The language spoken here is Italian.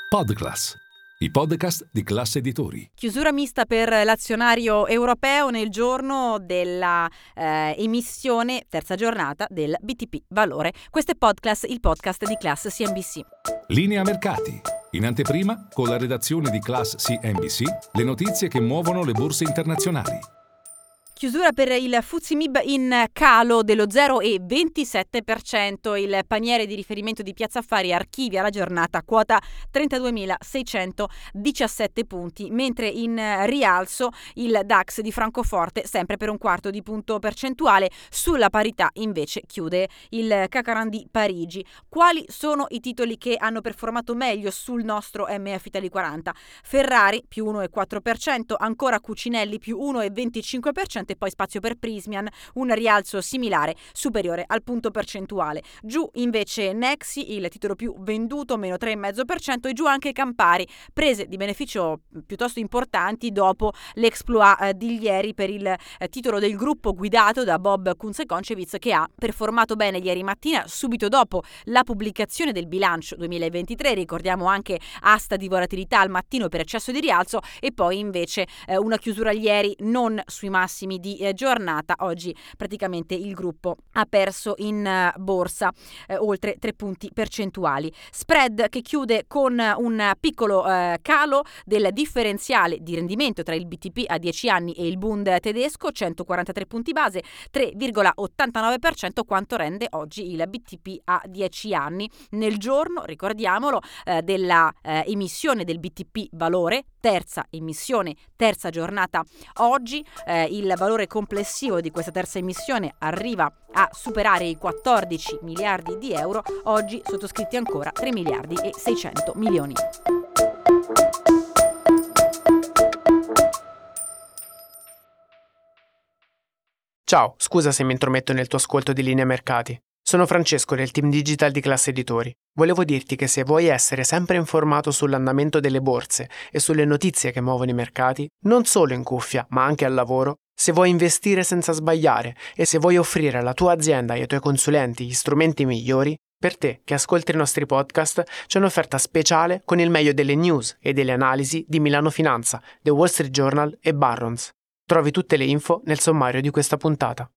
Podclass, i podcast di Class Editori. Chiusura mista per l'azionario europeo nel giorno della emissione, terza giornata del BTP Valore. Questo è Podclass, il podcast di Class CNBC. Linea mercati. In anteprima, con la redazione di Class CNBC, le notizie che muovono le borse internazionali. Chiusura per il FTSE MIB in calo dello 0,27%. Il paniere di riferimento di Piazza Affari archivia la giornata a quota 32.617 punti, mentre in rialzo il DAX di Francoforte sempre per un quarto di punto percentuale. Sulla parità invece chiude il CAC di Parigi. Quali sono i titoli che hanno performato meglio sul nostro MF Italy 40? Ferrari più 1,4%, ancora Cucinelli più 1,25%, e poi spazio per Prysmian, un rialzo similare, superiore al punto percentuale. Giù invece Nexi, il titolo più venduto, meno 3,5%, e giù anche Campari, prese di beneficio piuttosto importanti dopo l'exploit di ieri per il titolo del gruppo guidato da Bob Kunze-Concewitz, che ha performato bene ieri mattina subito dopo la pubblicazione del bilancio 2023. Ricordiamo anche asta di volatilità al mattino per eccesso di rialzo, e poi invece una chiusura ieri non sui massimi di giornata. Oggi praticamente il gruppo ha perso in borsa oltre 3 punti percentuali. Spread che chiude con un piccolo calo del differenziale di rendimento tra il BTP a 10 anni e il Bund tedesco, 143 punti base, 3,89%, quanto rende oggi il BTP a 10 anni. Nel giorno, ricordiamolo, della emissione del BTP Valore, terza emissione, terza giornata oggi, il valore complessivo di questa terza emissione arriva a superare i 14 miliardi di euro, oggi sottoscritti ancora 3 miliardi e 600 milioni. Ciao, scusa se mi intrometto nel tuo ascolto di Linea Mercati. Sono Francesco del team digital di Class Editori. Volevo dirti che se vuoi essere sempre informato sull'andamento delle borse e sulle notizie che muovono i mercati, non solo in cuffia, ma anche al lavoro, se vuoi investire senza sbagliare e se vuoi offrire alla tua azienda e ai tuoi consulenti gli strumenti migliori, per te che ascolti i nostri podcast c'è un'offerta speciale con il meglio delle news e delle analisi di Milano Finanza, The Wall Street Journal e Barron's. Trovi tutte le info nel sommario di questa puntata.